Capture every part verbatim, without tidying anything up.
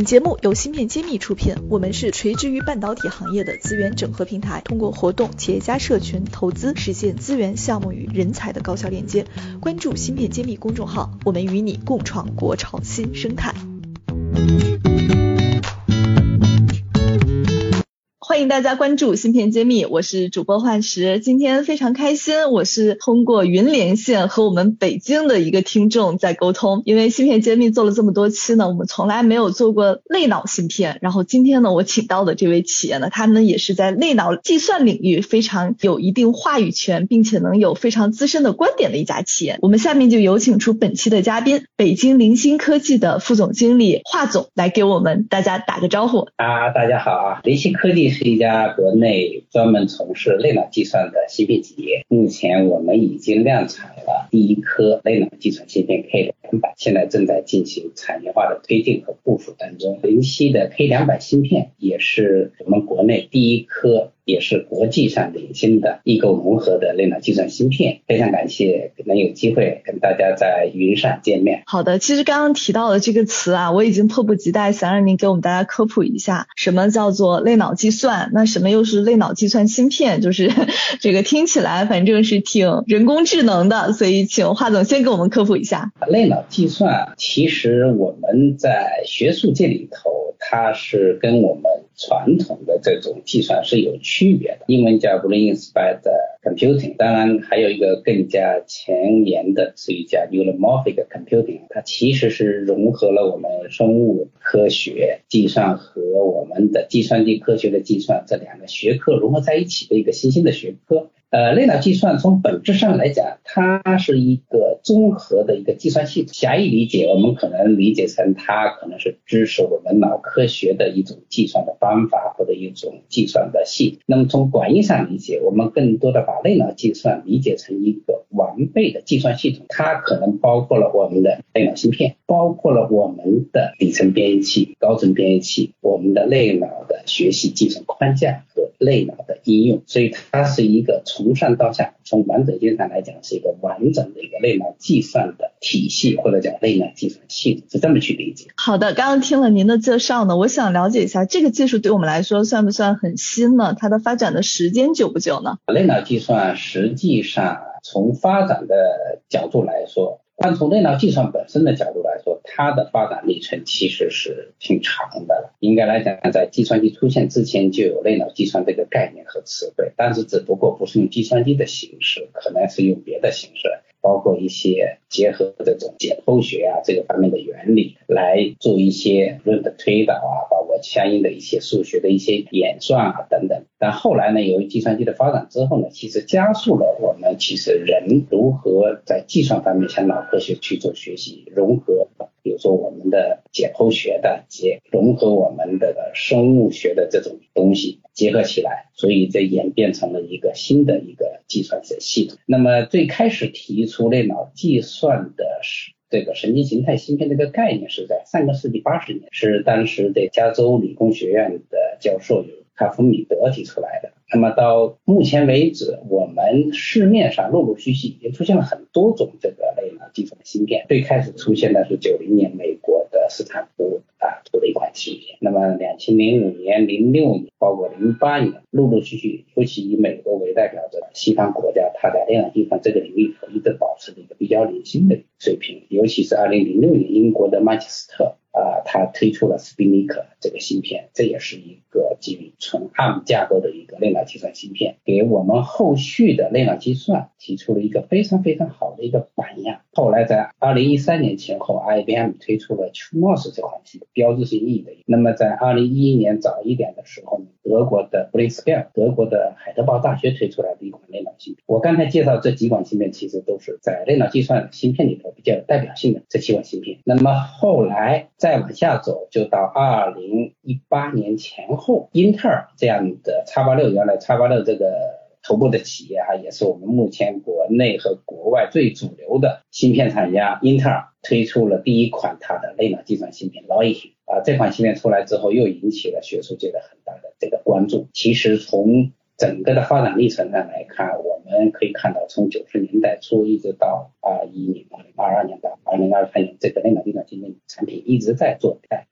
本节目由芯片揭秘出品，我们是垂直于半导体行业的资源整合平台，通过活动、企业家社群、投资，实现资源、项目与人才的高效链接。关注芯片揭秘公众号，我们与你共创国潮新生态。欢迎大家关注芯片揭秘，我是主播幻石。今天非常开心，我是通过云连线和我们北京的一个听众在沟通。因为芯片揭秘做了这么多期呢，我们从来没有做过类脑芯片。然后今天呢，我请到的这位企业呢，他们也是在类脑计算领域非常有一定话语权，并且能有非常资深的观点的一家企业。我们下面就有请出本期的嘉宾，北京灵芯科技的副总经理华总来给我们大家打个招呼。 啊，大家好啊！灵芯科技是一家国内专门从事类脑计算的芯片企业，目前我们已经量产了第一颗类脑计算芯片 K 两百， 现在正在进行产业化的推进和部署当中。灵芯的 K 两百 芯片也是我们国内第一颗，也是国际上领先的异构融合的类脑计算芯片。非常感谢能有机会跟大家在云上见面。 好的，其实刚刚提到的这个词啊，我已经迫不及待想让您给我们大家科普一下，什么叫做类脑计算，那什么又是类脑计算芯片，就是这个听起来反正是挺人工智能的，所以请华总先给我们科普一下。 类脑计算其实我们在学术界里头，它是跟我们传统的这种计算是有区别的，英文叫 Brain Inspired Computing， 当然还有一个更加前沿的词语叫 Neuromorphic Computing， 它其实是融合了我们生物科学计算和我们的计算机科学的计算这两个学科融合在一起的一个新兴的学科。呃，类脑计算从本质上来讲，它是一个综合的一个计算系统。狭义理解，我们可能理解成它可能是支持我们脑科学的一种计算的方法或者一种计算的系统。那么从广义上理解，我们更多的把类脑计算理解成一个完备的计算系统，它可能包括了我们的类脑芯片，包括了我们的底层编译器、高层编译器，我们的类脑的学习计算框架和类脑的应用。所以它是一个从上到下，从完整意义上来讲是一个完整的一个类脑计算的体系，或者讲类脑计算系统，是这么去理解。 好的，刚刚听了您的介绍呢，我想了解一下这个技术对我们来说算不算很新呢？它的发展的时间久不久呢？ 类脑计算实际上从发展的角度来说，但从类脑计算本身的角度来说，它的发展历程其实是挺长的了。应该来讲，在计算机出现之前就有类脑计算这个概念和词汇，但是只不过不是用计算机的形式，可能是用别的形式，包括一些结合这种解剖学啊这个方面的原理来做一些论的推导啊，包括相应的一些数学的一些演算啊等等。但后来呢，由于计算机的发展之后呢，其实加速了我们其实人如何在计算方面向脑科学去做学习，融合比如说我们的解剖学的结融合我们的生物学的这种东西结合起来，所以这演变成了一个新的一个计算系统。那么最开始提出类脑计算的这个神经形态芯片这个概念是在上个世纪八十年，是当时的加州理工学院的教授有卡夫米德提出来的。那么到目前为止，我们市面上陆陆续续也出现了很多种这个类脑计算芯片。最开始出现的是九零年美国的斯坦福啊出的一款芯片，那么两千零五年、零六年，包括零八年，陆陆续续，尤其以美国为代表的西方国家，它在类脑计算这个领域一直保持着一个比较领先的水平。尤其是二零零六年，英国的曼彻斯特啊，它推出了 Spinnaker 这个芯片，这也是一个基于纯 A R M 架构的一个类脑计算芯片，给我们后续的类脑计算提出了一个非常非常好的一个榜样。后来在二零一三年前后 I B M 推出了 Q M O S 这款芯片，标志性意义的。那么在二零一一年早一点的时候，德国的 Blitzscale， 德国的海德堡大学推出来的一款类脑芯片。我刚才介绍这几款芯片其实都是在类脑计算芯片里头比较有代表性的这七款芯片。那么后来再往下走，就到二零一八年前后，英特尔这样的 X 八十六， 原来 X 八十六 这个头部的企业啊，也是我们目前国内和国外最主流的芯片厂家，英特尔推出了第一款它的类脑计算芯片 Loihi 啊，这款芯片出来之后又引起了学术界的很大的这个关注。其实从整个的发展历程上来看，我们可以看到从九十年代初一直到二一年、二零二二年到二零二三年，这个类脑计算芯片产品一直在做代。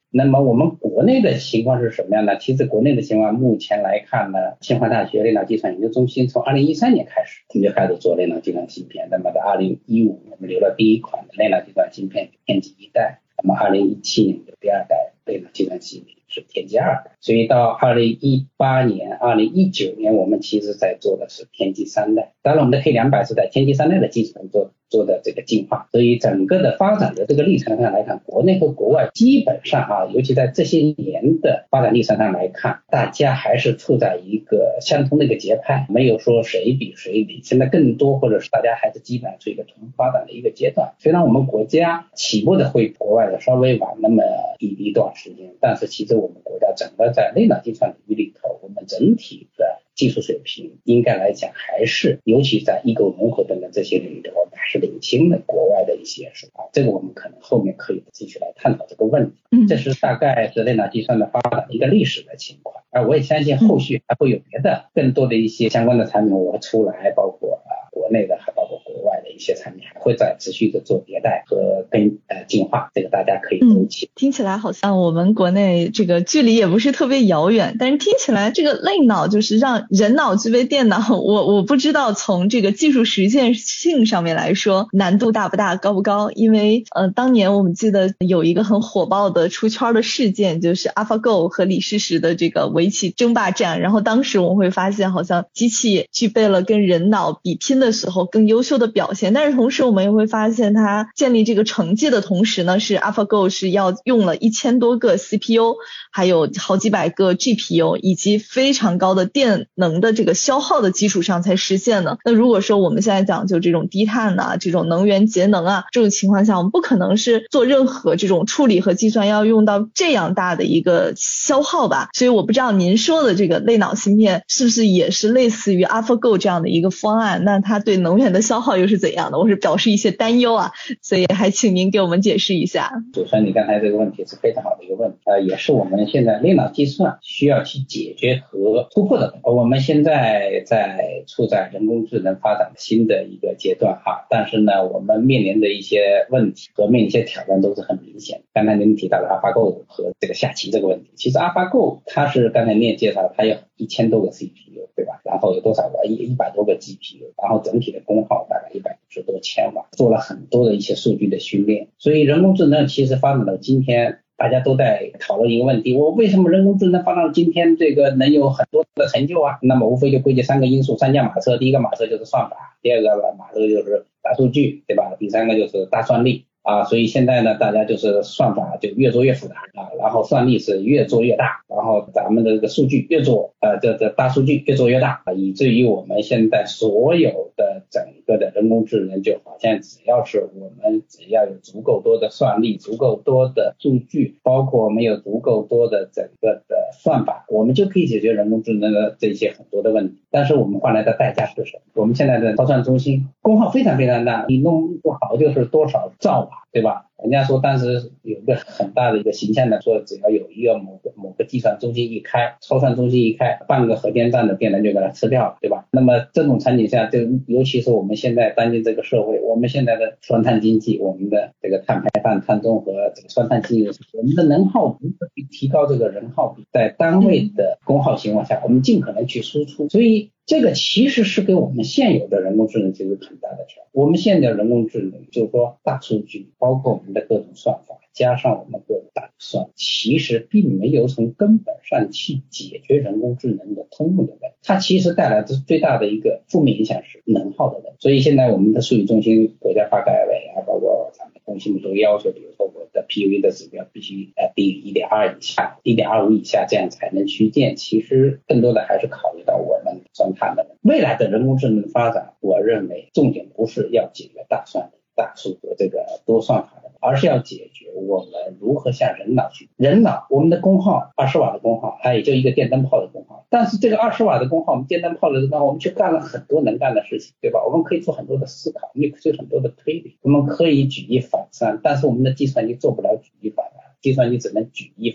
那么我们国内的情况是什么样呢？其实国内的情况目前来看呢，清华大学类脑计算研究中心从二零一三年开始，我们就开始做类脑计算芯片。那么在二零一五年我们留了第一款的类脑计算芯片天玑一代，那么二零一七年的第二代类脑计算芯片是天玑二代，所以到二零一八年、二零一九年我们其实在做的是天玑三代。当然我们的 K 两百是在天玑三代的基础上做做的这个进化，所以整个的发展的这个历程上来看，国内和国外基本上啊，尤其在这些年的发展历程上来看，大家还是处在一个相同的一个节拍，没有说谁比谁比，现在更多或者是大家还是基本上处于一个同发展的一个阶段。虽然我们国家起步的会国外的稍微晚那么一一段时间，但是其实我们国家整个在类脑计算领域里头，我们整体的技术水平应该来讲还是，尤其在异构融合等等这些领域的，我们还是领先的国外的一些是啊，这个我们可能后面可以继续来探讨这个问题。这是大概是类脑计算的发展的一个历史的情况，而我也相信后续还会有别的更多的一些相关的产品我会出来，包括啊国内的还包括国外的一些产品还会再持续的做迭代和跟呃进化，这个大家可以周期、 嗯。听起来好像我们国内这个距离也不是特别遥远，但是听起来这个类脑就是让人脑具备电脑，我我不知道从这个技术实践性上面来说难度大不大高不高，因为呃当年我们记得有一个很火爆的出圈的事件，就是 AlphaGo 和李世石的这个围棋争霸战，然后当时我们会发现好像机器具备了跟人脑比拼的时候更优秀的表现，但是同时我们也会发现它建立这个成绩的同时呢，是 AlphaGo 是要用了一千多个 C P U， 还有好几百个 G P U 以及非常高的电能的这个消耗的基础上才实现的。那如果说我们现在讲究这种低碳啊，这种能源节能啊，这种情况下我们不可能是做任何这种处理和计算要用到这样大的一个消耗吧。所以我不知道您说的这个类脑芯片是不是也是类似于 AlphaGo 这样的一个方案，那它对能源的消耗又是怎样的？我是表示一些担忧啊，所以还请您给我们解释一下。 主持人你刚才这个问题是非常好的一个问题，呃，也是我们现在类脑计算需要去解决和突破的。我们现在在处在人工智能发展新的一个阶段哈，但是呢，我们面临的一些问题和面临一些挑战都是很明显。刚才您提到的 AlphaGo 和这个下棋这个问题，其实 AlphaGo 它是刚才您也介绍，它有一千多个 C P U 对吧？然后有多少个一一百多个 G P U， 然后整体的功耗大概一百五十多千瓦，做了很多的一些数据的训练。所以人工智能其实发展到今天，大家都在讨论一个问题，我为什么人工智能发展到今天这个能有很多的成就啊？那么无非就归结三个因素，三驾马车，第一个马车就是算法，第二个马车就是大数据，对吧？第三个就是大算力啊，所以现在呢，大家就是算法就越做越复杂啊，然后算力是越做越大，然后咱们的这个数据越做呃这这大数据越做越大啊，以至于我们现在所有的整个的人工智能就好像只要是我们只要有足够多的算力，足够多的数据，包括我们有足够多的整个的算法，我们就可以解决人工智能的这些很多的问题。但是我们换来的代价是什么？我们现在的超算中心功耗非常非常大，你弄不好就是多少兆瓦，对吧？人家说当时有个很大的一个形象的说，只要有一个某个某个计算中心一开，超算中心一开，半个核电站的电能就给它吃掉了，对吧？那么这种场景下，就尤其是我们现在当今这个社会，我们现在的双碳经济，我们的这个碳排放、碳中和这个双碳经济，我们的能耗如何去提高这个人耗比，在单位的功耗情况下，我们尽可能去输出。所以这个其实是给我们现有的人工智能其实很大的挑战。我们现在的人工智能就是说大数据，包括我们的各种算法，加上我们各种大算，其实并没有从根本上去解决人工智能的通用的问题。它其实带来的最大的一个负面影响是能耗的问题。所以现在我们的数据中心、国家发改委啊，包括咱们中心都要求，比如说我的 P U E 的指标必须呃低于 一点二 以下 一点二五 以下，这样才能去建。其实更多的还是考虑到我们双碳的未来的人工智能的发展，我认为重点不是要解决大算大数和这个多算法的，而是要解决我们如何向人脑去人脑我们的功耗二十瓦的功耗，它也就一个电灯泡的功耗，但是这个二十瓦的功耗，我们电灯泡的功耗，我们去干了很多能干的事情，对吧？我们可以做很多的思考，我们也可以做很多的推理，我们可以举一反三，但是我们的计算机做不了举一反三，计算机只能举一反三。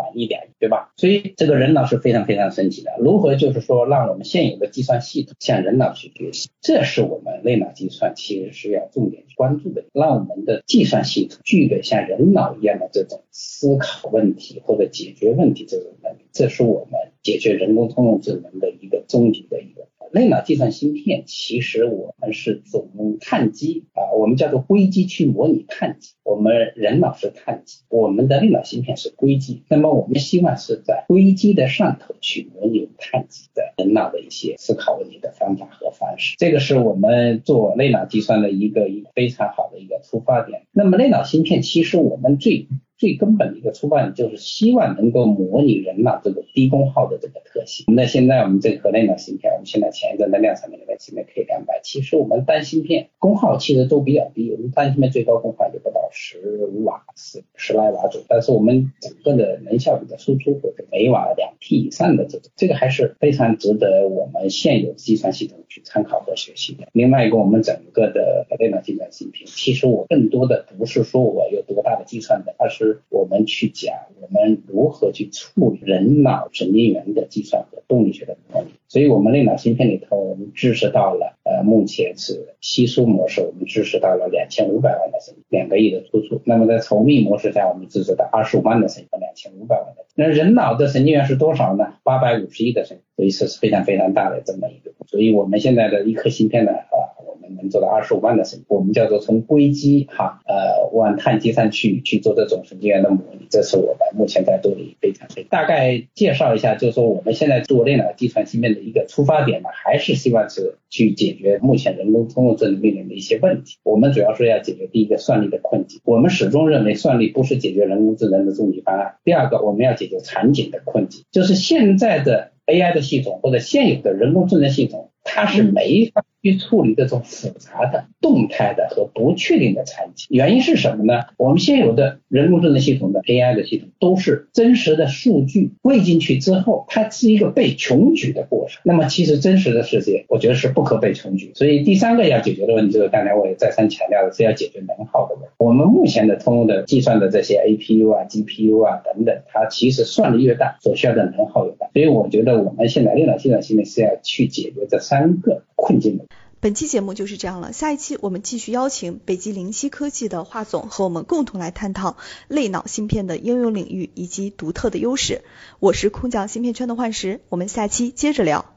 缓一点，对吧？所以这个人脑是非常非常神奇的，如何就是说让我们现有的计算系统向人脑去学习，这是我们类脑计算其实是要重点关注的，让我们的计算系统具备像人脑一样的这种思考问题或者解决问题这种能力，这是我们解决人工通用智能的一个终极的一个类脑计算芯片。其实我们是从碳基啊，我们叫做硅基去模拟碳基，我们人脑是碳基，我们的类脑芯片是硅基，那么我们希望是在硅基的上头去模拟碳基的人脑的一些思考问题的方法和方式，这个是我们做类脑计算的一个一个非常好的一个出发点。那么类脑芯片其实我们最最根本的一个出发点就是希望能够模拟人脑这个低功耗的这个特性。那现在我们这颗类脑芯片，我们现在前一阵的量产的那个芯片 K 两百， 其实我们单芯片功耗其实都比较低，我们单芯片最高功耗就不到十五瓦，十来瓦左右，但是我们整个的能效比的输出或者每瓦两 T 以上的这种，这个还是非常值得我们现有计算系统去参考和学习的。另外一个，我们整个的类脑计算芯片，其实我更多的不是说我有多大的计算的，而是我们去讲我们如何去处理人脑神经元的计算和动力学的模拟。所以我们类脑芯片里头，我们支持到了呃，目前是稀疏模式，我们支持到了两千五百万的神经，两个亿的突触。那么在稠密模式下，我们支持到二十五万的神经和两千五百万的。那人脑的神经元是多少呢？八百五十亿的神经，所以是非常非常大的这么一个。所以我们现在的一颗芯片呢，啊，我们能做到二十五万的神经，我们叫做从硅基哈呃往碳基上去去做这种神经元的模拟，这是我们目前在做的非常非常。大概介绍一下，就是说我们现在做类脑计算芯片的一个出发点呢，还是希望是去解决目前人工通用智能面临的一些问题。我们主要是要解决第一个算力的困境，我们始终认为算力不是解决人工智能的终极方案。第二个，我们要解决场景的困境，就是现在的 A I 的系统或者现有的人工智能系统，它是没法去处理这种复杂的动态的和不确定的场景。原因是什么呢？我们现有的人工智能系统的 A I 的系统都是真实的数据喂进去之后，它是一个被穷举的过程。那么其实真实的世界我觉得是不可被穷举。所以第三个要解决的问题，就是刚才我也再三强调的，是要解决能耗的问题。我们目前的通用的计算的这些 A P U 啊 G P U 啊等等，它其实算力越大所需要的能耗越大。所以我觉得我们现在类脑计算芯片是要去解决这三个困境的。 本期节目就是这样了，下一期我们继续邀请北极灵犀科技的华总和我们共同来探讨类脑芯片的应用领域以及独特的优势。我是空降芯片圈的幻石，我们下期接着聊。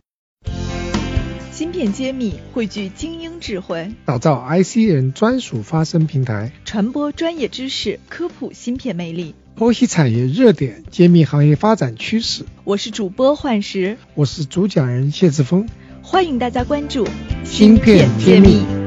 芯片揭秘，汇聚精英智慧， 打造 I C 人专属发声平台， 传播专业知识，科普芯片魅力， 剖析产业热点，揭秘行业发展趋势。 我是主播幻石， 我是主讲人谢志峰， 欢迎大家关注芯片揭秘。